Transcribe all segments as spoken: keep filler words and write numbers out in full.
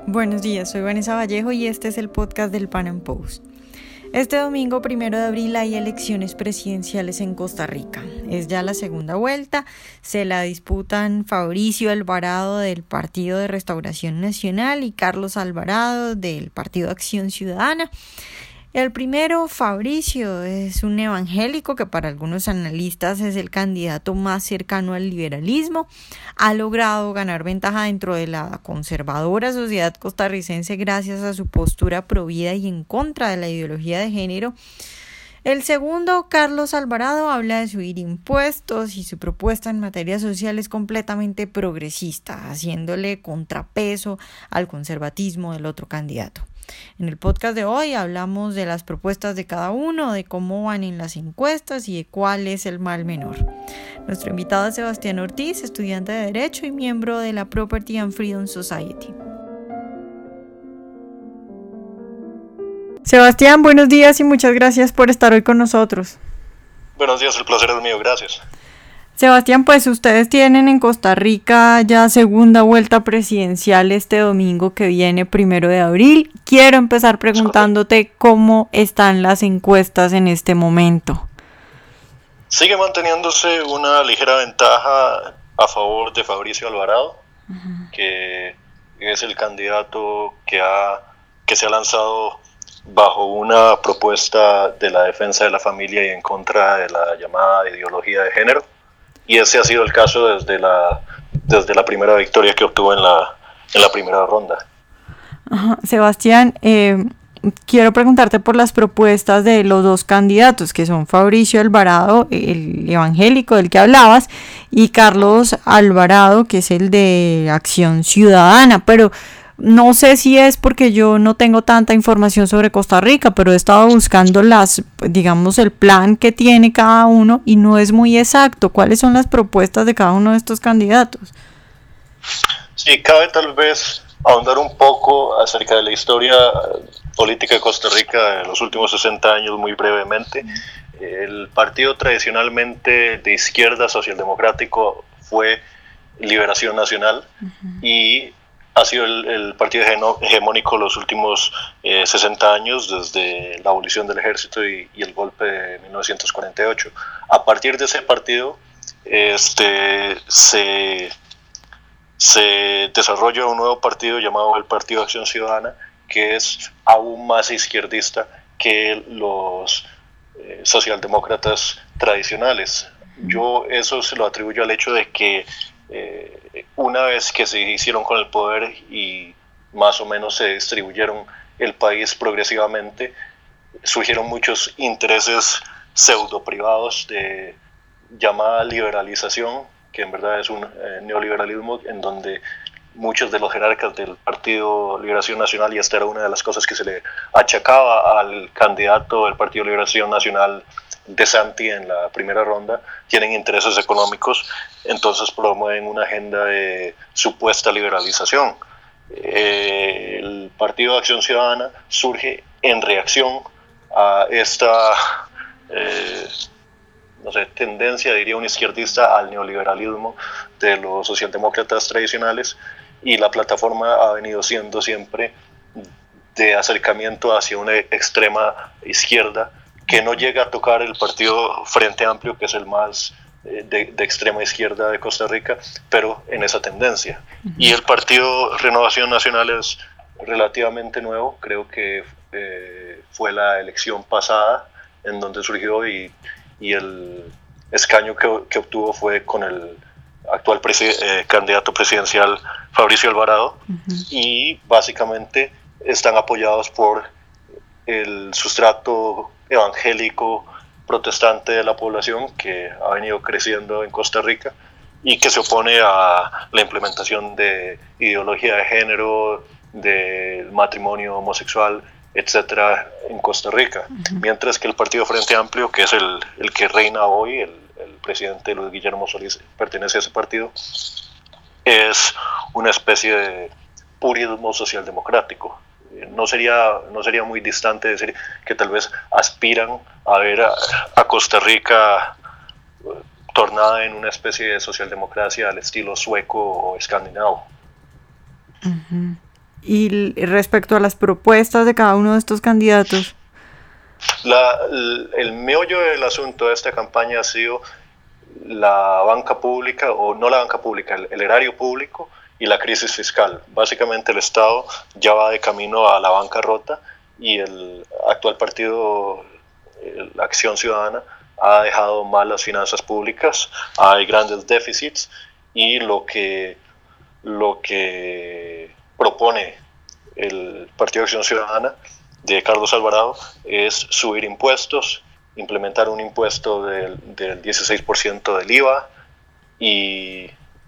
Buenos días, soy Vanessa Vallejo y este es el podcast del Pan Am Post. Este domingo, primero de abril, hay elecciones presidenciales en Costa Rica. Es ya la segunda vuelta, se la disputan Fabricio Alvarado del Partido de Restauración Nacional y Carlos Alvarado del Partido Acción Ciudadana. El primero, Fabricio, es un evangélico que para algunos analistas es el candidato más cercano al liberalismo. Ha logrado ganar ventaja dentro de la conservadora sociedad costarricense gracias a su postura provida y en contra de la ideología de género. El segundo, Carlos Alvarado, habla de subir impuestos y su propuesta en materia social es completamente progresista, haciéndole contrapeso al conservatismo del otro candidato. En el podcast de hoy hablamos de las propuestas de cada uno, de cómo van en las encuestas y de cuál es el mal menor. Nuestro invitado es Sebastián Ortiz, estudiante de Derecho y miembro de la Property and Freedom Society. Sebastián, buenos días y muchas gracias por estar hoy con nosotros. Buenos días, el placer es mío, gracias. Sebastián, pues ustedes tienen en Costa Rica ya segunda vuelta presidencial este domingo que viene, primero de abril. Quiero empezar preguntándote cómo están las encuestas en este momento. Sigue manteniéndose una ligera ventaja a favor de Fabricio Alvarado, uh-huh. que es el candidato que, ha, que se ha lanzado bajo una propuesta de la defensa de la familia y en contra de la llamada ideología de género. Y ese ha sido el caso desde la, desde la primera victoria que obtuvo en la, en la primera ronda. Ajá. Sebastián, eh, quiero preguntarte por las propuestas de los dos candidatos, que son Fabricio Alvarado, el evangélico del que hablabas, y Carlos Alvarado, que es el de Acción Ciudadana, pero no sé si es porque yo no tengo tanta información sobre Costa Rica, pero he estado buscando las, digamos, el plan que tiene cada uno y no es muy exacto. ¿Cuáles son las propuestas de cada uno de estos candidatos? Sí, cabe tal vez ahondar un poco acerca de la historia política de Costa Rica en los últimos sesenta años muy brevemente. El partido tradicionalmente de izquierda socialdemocrático fue Liberación Nacional, uh-huh. y ha sido el, el partido hegemónico los últimos eh, sesenta años, desde la abolición del ejército y, y el golpe de mil novecientos cuarenta y ocho. A partir de ese partido este, se, se desarrolla un nuevo partido llamado el Partido Acción Ciudadana, que es aún más izquierdista que los eh, socialdemócratas tradicionales. Yo eso se lo atribuyo al hecho de que Eh, una vez que se hicieron con el poder y más o menos se distribuyeron el país progresivamente, surgieron muchos intereses pseudo privados de llamada liberalización, que en verdad es un eh, neoliberalismo en donde muchos de los jerarcas del Partido Liberación Nacional, y esta era una de las cosas que se le achacaba al candidato del Partido Liberación Nacional de Santi en la primera ronda, tienen intereses económicos, entonces promueven una agenda de supuesta liberalización. Eh, el Partido de Acción Ciudadana surge en reacción a esta eh, no sé, tendencia, diría un izquierdista, al neoliberalismo de los socialdemócratas tradicionales, y la plataforma ha venido siendo siempre de acercamiento hacia una extrema izquierda que no llega a tocar el partido Frente Amplio, que es el más eh, de, de extrema izquierda de Costa Rica, pero en esa tendencia. Uh-huh. Y el partido Renovación Nacional es relativamente nuevo, creo que eh, fue la elección pasada en donde surgió, y, y el escaño que, que obtuvo fue con el actual presi- eh, candidato presidencial Fabricio Alvarado, uh-huh. y básicamente están apoyados por el sustrato evangélico protestante de la población que ha venido creciendo en Costa Rica y que se opone a la implementación de ideología de género, del matrimonio homosexual, etcétera, en Costa Rica. Uh-huh. Mientras que el Partido Frente Amplio, que es el, el que reina hoy, el, el presidente Luis Guillermo Solís pertenece a ese partido, es una especie de purismo socialdemocrático. No sería, no sería muy distante decir que tal vez aspiran a ver a, a Costa Rica tornada en una especie de socialdemocracia al estilo sueco o escandinavo. Uh-huh. Y respecto a las propuestas de cada uno de estos candidatos. La, el, el meollo del asunto de esta campaña ha sido la banca pública, o no la banca pública, el, el erario público y la crisis fiscal. Básicamente el Estado ya va de camino a la bancarrota y el actual partido, la Acción Ciudadana, ha dejado mal las finanzas públicas, hay grandes déficits y lo que, lo que propone el Partido Acción Ciudadana de Carlos Alvarado es subir impuestos, implementar un impuesto del, del dieciséis por ciento del I V A y,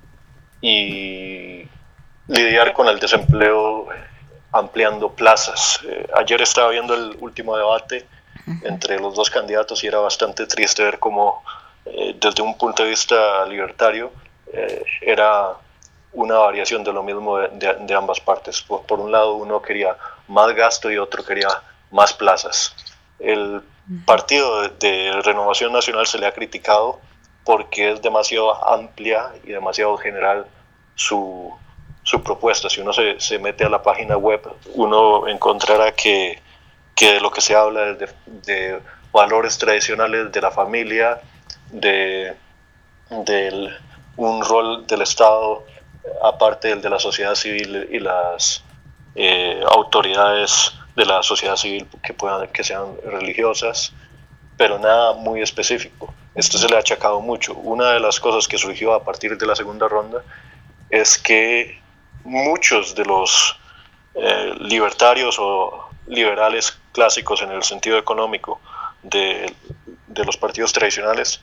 y lidiar con el desempleo ampliando plazas. Eh, ayer estaba viendo el último debate entre los dos candidatos y era bastante triste ver cómo eh, desde un punto de vista libertario eh, era una variación de lo mismo de, de, de ambas partes. Por, por un lado uno quería más gasto y otro quería más plazas. El Partido de, de Renovación Nacional se le ha criticado porque es demasiado amplia y demasiado general su, su propuesta. Si uno se, se mete a la página web, uno encontrará que, que de lo que se habla es de, de valores tradicionales de la familia, de, de un rol del Estado aparte del de la sociedad civil y las eh, autoridades de la sociedad civil que puedan que sean religiosas, pero nada muy específico. Esto se le ha achacado mucho. Una de las cosas que surgió a partir de la segunda ronda es que muchos de los eh, libertarios o liberales clásicos en el sentido económico de, de los partidos tradicionales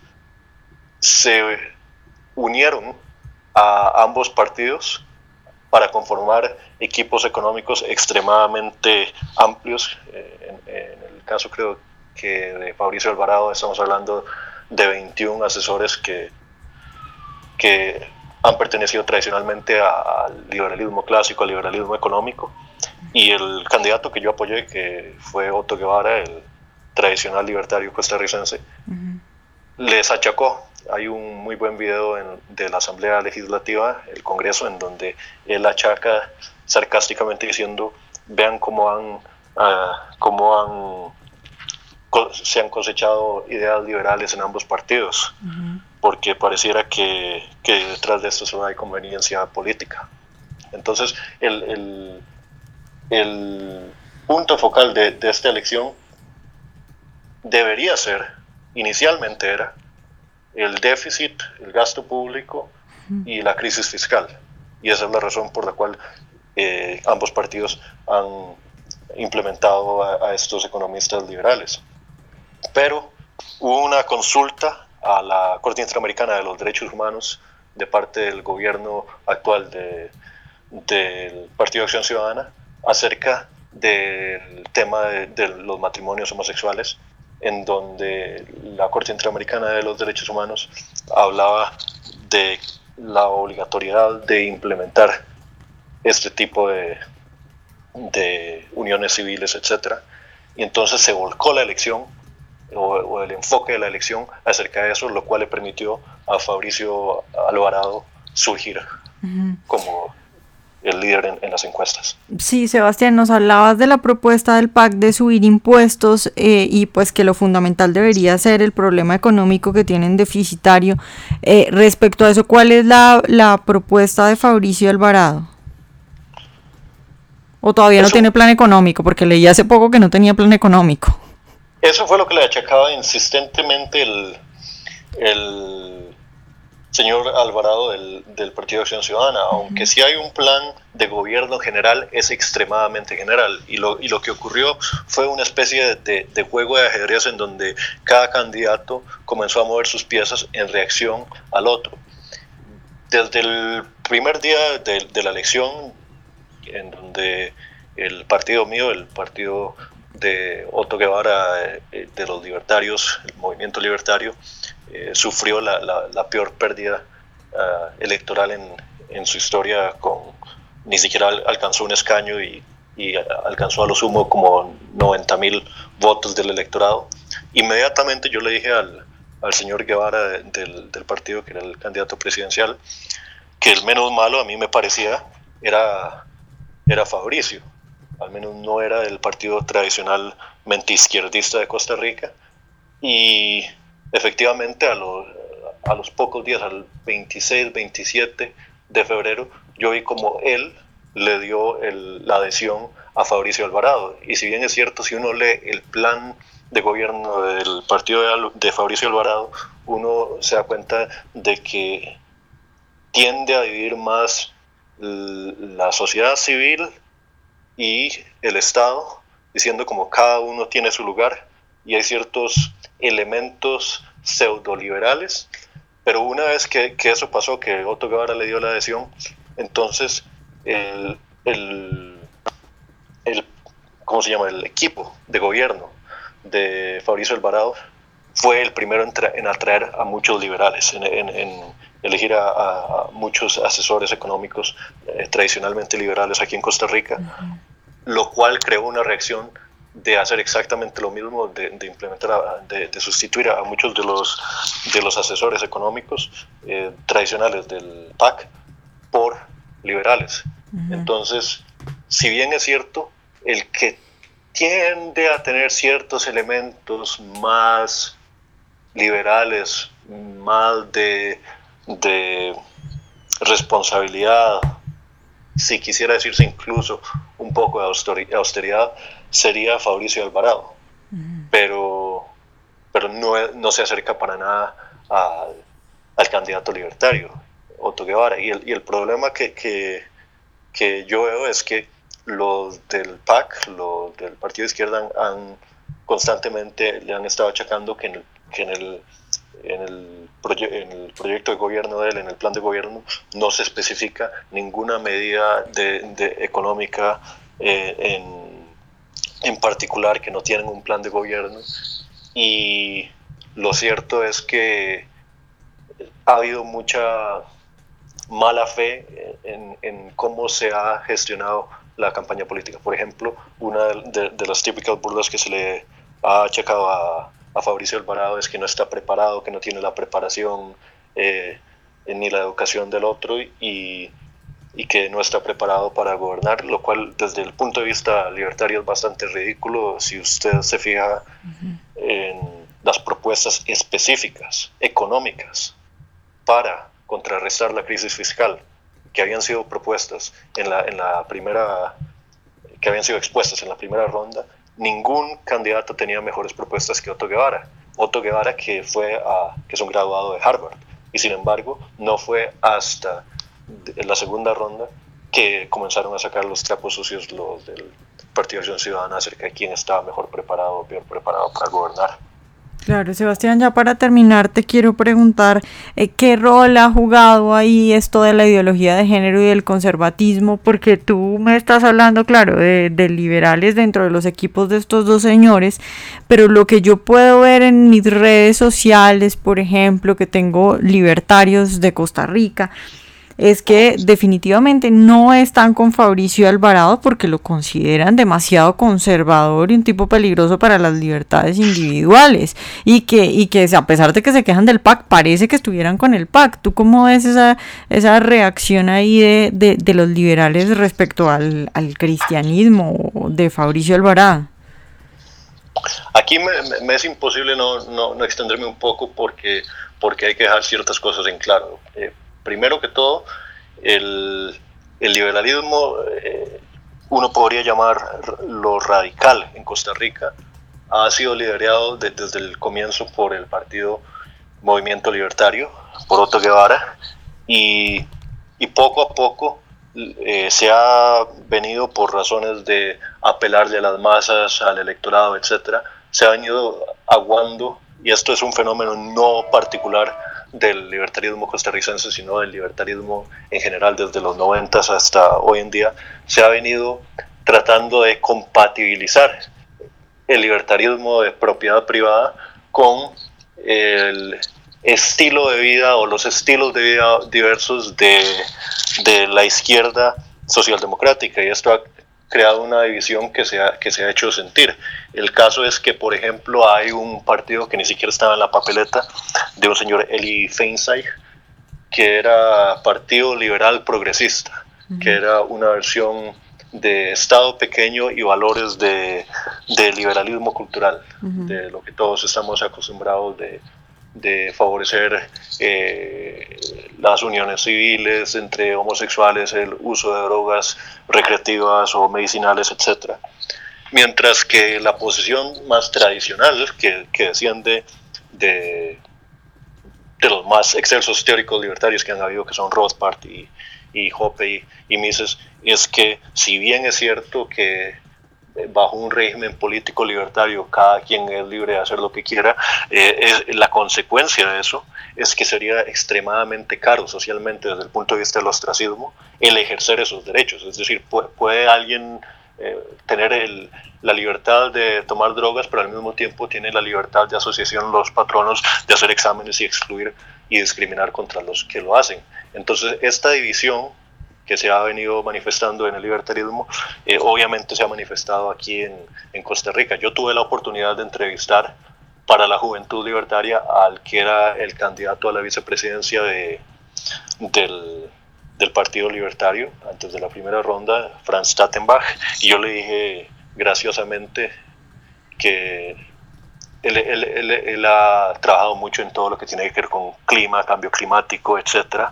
se unieron a ambos partidos para conformar equipos económicos extremadamente amplios. Eh, en, en el caso creo que de Fabricio Alvarado estamos hablando de veintiún asesores que, que han pertenecido tradicionalmente al liberalismo clásico, al liberalismo económico, y el candidato que yo apoyé, que fue Otto Guevara, el tradicional libertario costarricense, uh-huh. les achacó. Hay un muy buen video en, de la Asamblea Legislativa, el Congreso, en donde él achaca sarcásticamente diciendo: vean cómo han, uh, cómo han co- se han cosechado ideas liberales en ambos partidos, uh-huh. porque pareciera que, que detrás de esto solo hay conveniencia política. Entonces, el, el, el punto focal de, de esta elección debería ser, inicialmente era, el déficit, el gasto público y la crisis fiscal. Y esa es la razón por la cual eh, ambos partidos han implementado a, a estos economistas liberales. Pero hubo una consulta a la Corte Interamericana de los Derechos Humanos de parte del gobierno actual de, del Partido de Acción Ciudadana acerca del tema de, de los matrimonios homosexuales, en donde la Corte Interamericana de los Derechos Humanos hablaba de la obligatoriedad de implementar este tipo de, de uniones civiles, etcétera. Y entonces se volcó la elección, o, o el enfoque de la elección acerca de eso, lo cual le permitió a Fabricio Alvarado surgir uh-huh. como el líder en, en las encuestas. Sí, Sebastián, nos hablabas de la propuesta del P A C de subir impuestos eh, y pues que lo fundamental debería ser el problema económico que tienen deficitario. Eh, respecto a eso, ¿cuál es la, la propuesta de Fabricio Alvarado? ¿O todavía eso, no tiene plan económico? Porque leí hace poco que no tenía plan económico. Eso fue lo que le achacaba insistentemente el, el señor Alvarado del, del Partido de Acción Ciudadana, uh-huh. aunque sí hay un plan de gobierno general, es extremadamente general, y lo, y lo que ocurrió fue una especie de, de, de juego de ajedrez en donde cada candidato comenzó a mover sus piezas en reacción al otro. Desde el primer día de, de la elección, en donde el partido mío, el partido de Otto Guevara, de los libertarios, el movimiento libertario, eh, sufrió la, la, la peor pérdida uh, electoral en, en su historia, con ni siquiera alcanzó un escaño y, y alcanzó a lo sumo como noventa mil votos del electorado. Inmediatamente yo le dije al, al señor Guevara de, del, del partido, que era el candidato presidencial, que el menos malo a mí me parecía era era Fabricio, al menos no era el partido tradicionalmente izquierdista de Costa Rica, y efectivamente a los, a los pocos días, al veintiséis, veintisiete de febrero, yo vi como él le dio el, la adhesión a Fabricio Alvarado. Y si bien es cierto, si uno lee el plan de gobierno del partido de, de Fabricio Alvarado, uno se da cuenta de que tiende a dividir más la sociedad civil y el Estado, diciendo como cada uno tiene su lugar, y hay ciertos elementos pseudoliberales, pero una vez que, que eso pasó, que Otto Guevara le dio la adhesión, entonces el, el, el, ¿cómo se llama? el equipo de gobierno de Fabricio Alvarado fue el primero en, tra- en atraer a muchos liberales, en, en, en elegir a, a, a muchos asesores económicos eh, tradicionalmente liberales aquí en Costa Rica, uh-huh. lo cual creó una reacción de hacer exactamente lo mismo, de, de implementar, a, de, de sustituir a muchos de los, de los asesores económicos eh, tradicionales del P A C por liberales. Uh-huh. Entonces, si bien es cierto, el que tiende a tener ciertos elementos más liberales, más de, de responsabilidad, si quisiera decirse incluso un poco de austeridad, sería Fabricio Alvarado, uh-huh. pero, pero no, no se acerca para nada a, al candidato libertario, Otto Guevara. Y el, y el problema que, que, que yo veo es que los del P A C, los del Partido de Izquierda, han, han constantemente le han estado achacando que en el, que en el En el, proye- en el proyecto de gobierno de él, en el plan de gobierno, no se especifica ninguna medida de, de económica eh, en, en particular, que no tienen un plan de gobierno. Y lo cierto es que ha habido mucha mala fe en, en cómo se ha gestionado la campaña política. Por ejemplo, una de, de las típicas burlas que se le ha achacado a a Fabricio Alvarado es que no está preparado, que no tiene la preparación eh, ni la educación del otro, y, y que no está preparado para gobernar, lo cual desde el punto de vista libertario es bastante ridículo. Si usted se fija uh-huh. en las propuestas específicas, económicas, para contrarrestar la crisis fiscal, que habían sido propuestas en la, en la primera, que habían sido expuestas en la primera ronda, ningún candidato tenía mejores propuestas que Otto Guevara. Otto Guevara, que, fue a, que es un graduado de Harvard, y sin embargo no fue hasta la segunda ronda que comenzaron a sacar los trapos sucios los del Partido de Acción Ciudadana acerca de quién estaba mejor preparado o peor preparado para gobernar. Claro, Sebastián, ya para terminar te quiero preguntar eh, qué rol ha jugado ahí esto de la ideología de género y del conservatismo, porque tú me estás hablando, claro, de, de liberales dentro de los equipos de estos dos señores, pero lo que yo puedo ver en mis redes sociales, por ejemplo, que tengo libertarios de Costa Rica, es que definitivamente no están con Fabricio Alvarado porque lo consideran demasiado conservador y un tipo peligroso para las libertades individuales, y que, y que a pesar de que se quejan del P A C, parece que estuvieran con el P A C. ¿Tú cómo ves esa, esa reacción ahí de, de, de los liberales respecto al, al cristianismo de Fabricio Alvarado? Aquí me, me es imposible no, no, no extenderme un poco porque, porque hay que dejar ciertas cosas en claro. Eh, Primero que todo, el, el liberalismo, eh, uno podría llamar lo radical en Costa Rica, ha sido liderado de, desde el comienzo por el partido Movimiento Libertario, por Otto Guevara, y, y poco a poco eh, se ha venido, por razones de apelarle a las masas, al electorado, etcétera, se ha venido aguando, y esto es un fenómeno no particular del libertarismo costarricense, sino del libertarismo en general desde los noventas hasta hoy en día, se ha venido tratando de compatibilizar el libertarismo de propiedad privada con el estilo de vida o los estilos de vida diversos de, de la izquierda socialdemocrática, y esto ha creado una división que se, ha, que se ha hecho sentir. El caso es que, por ejemplo, hay un partido que ni siquiera estaba en la papeleta, de un señor Eli Feinstein, que era Partido Liberal Progresista, uh-huh. que era una versión de Estado pequeño y valores de, de liberalismo cultural, uh-huh. de lo que todos estamos acostumbrados de, de favorecer eh, las uniones civiles entre homosexuales, el uso de drogas recreativas o medicinales, etcétera. Mientras que la posición más tradicional, que, que desciende de, de los más excelsos teóricos libertarios que han habido, que son Rothbard y, y Hoppe y, y Mises, es que si bien es cierto que bajo un régimen político libertario cada quien es libre de hacer lo que quiera, eh, es, la consecuencia de eso es que sería extremadamente caro socialmente desde el punto de vista del ostracismo el ejercer esos derechos. Es decir, puede, puede alguien eh, tener el, la libertad de tomar drogas, pero al mismo tiempo tiene la libertad de asociación los patronos de hacer exámenes y excluir y discriminar contra los que lo hacen. Entonces esta división que se ha venido manifestando en el libertarismo, eh, obviamente se ha manifestado aquí en, en Costa Rica. Yo tuve la oportunidad de entrevistar para la Juventud Libertaria al que era el candidato a la vicepresidencia de, del, del Partido Libertario antes de la primera ronda, Franz Tattenbach, y yo le dije graciosamente que él, él, él, él ha trabajado mucho en todo lo que tiene que ver con clima, cambio climático, etcétera,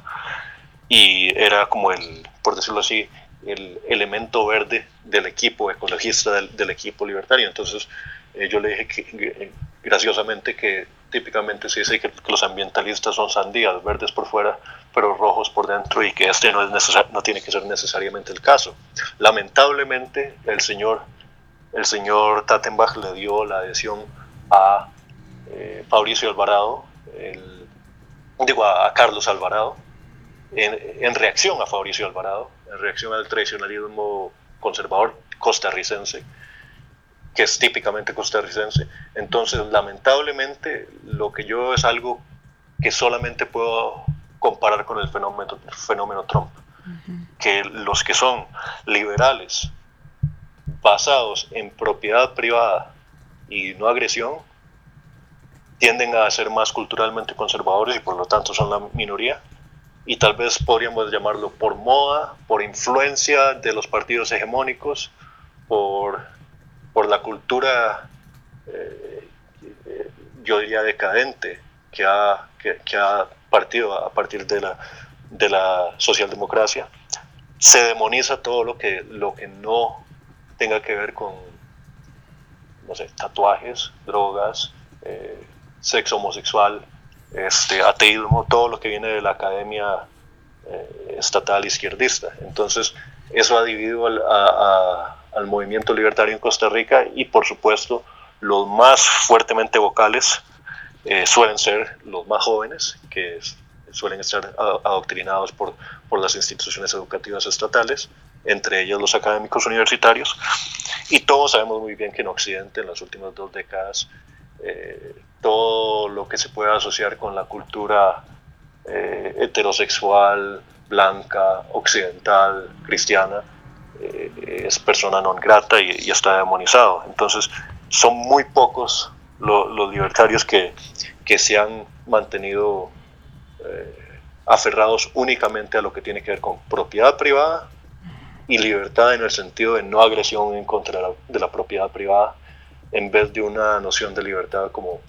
y era como el, por decirlo así, el elemento verde del equipo ecologista del, del equipo libertario. Entonces eh, yo le dije que, que, graciosamente que típicamente se dice que los ambientalistas son sandías, verdes por fuera pero rojos por dentro, y que este no, es necesar, no tiene que ser necesariamente el caso. Lamentablemente el señor, el señor Tattenbach le dio la adhesión a eh, Fabricio Alvarado, el, digo a, a Carlos Alvarado, En, en reacción a Fabricio Alvarado, en reacción al tradicionalismo conservador costarricense, que es típicamente costarricense. Entonces, lamentablemente, lo que yo es algo que solamente puedo comparar con el fenómeno, el fenómeno Trump, uh-huh. que los que son liberales, basados en propiedad privada y no agresión, tienden a ser más culturalmente conservadores y por lo tanto son la minoría. Y tal vez podríamos llamarlo por moda, por influencia de los partidos hegemónicos, por, por la cultura, eh, yo diría, decadente, que ha, que, que ha partido a partir de la, de la socialdemocracia. Se demoniza todo lo que, lo que no tenga que ver con, no sé, tatuajes, drogas, eh, sexo homosexual, Este, ateísmo, todo lo que viene de la academia eh, estatal izquierdista. Entonces eso ha dividido al, a, a, al movimiento libertario en Costa Rica, y por supuesto los más fuertemente vocales eh, suelen ser los más jóvenes, que es, suelen estar adoctrinados por, por las instituciones educativas estatales, entre ellos los académicos universitarios, y todos sabemos muy bien que en Occidente en las últimas dos décadas Eh, todo lo que se puede asociar con la cultura eh, heterosexual, blanca, occidental, cristiana, eh, es persona non grata y, y está demonizado. Entonces son muy pocos lo, los libertarios que, que se han mantenido eh, aferrados únicamente a lo que tiene que ver con propiedad privada y libertad en el sentido de no agresión en contra de la, de la propiedad privada, en vez de una noción de libertad como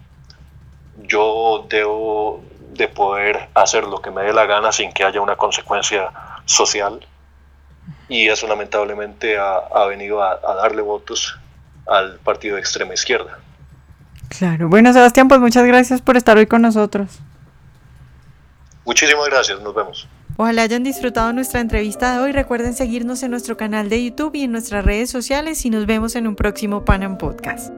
yo debo de poder hacer lo que me dé la gana sin que haya una consecuencia social. Y eso lamentablemente ha, ha venido a, a darle votos al partido de extrema izquierda. Claro. Bueno, Sebastián, pues muchas gracias por estar hoy con nosotros. Muchísimas gracias, nos vemos. Ojalá hayan disfrutado nuestra entrevista de hoy. Recuerden seguirnos en nuestro canal de YouTube y en nuestras redes sociales, y nos vemos en un próximo Pan Am Podcast.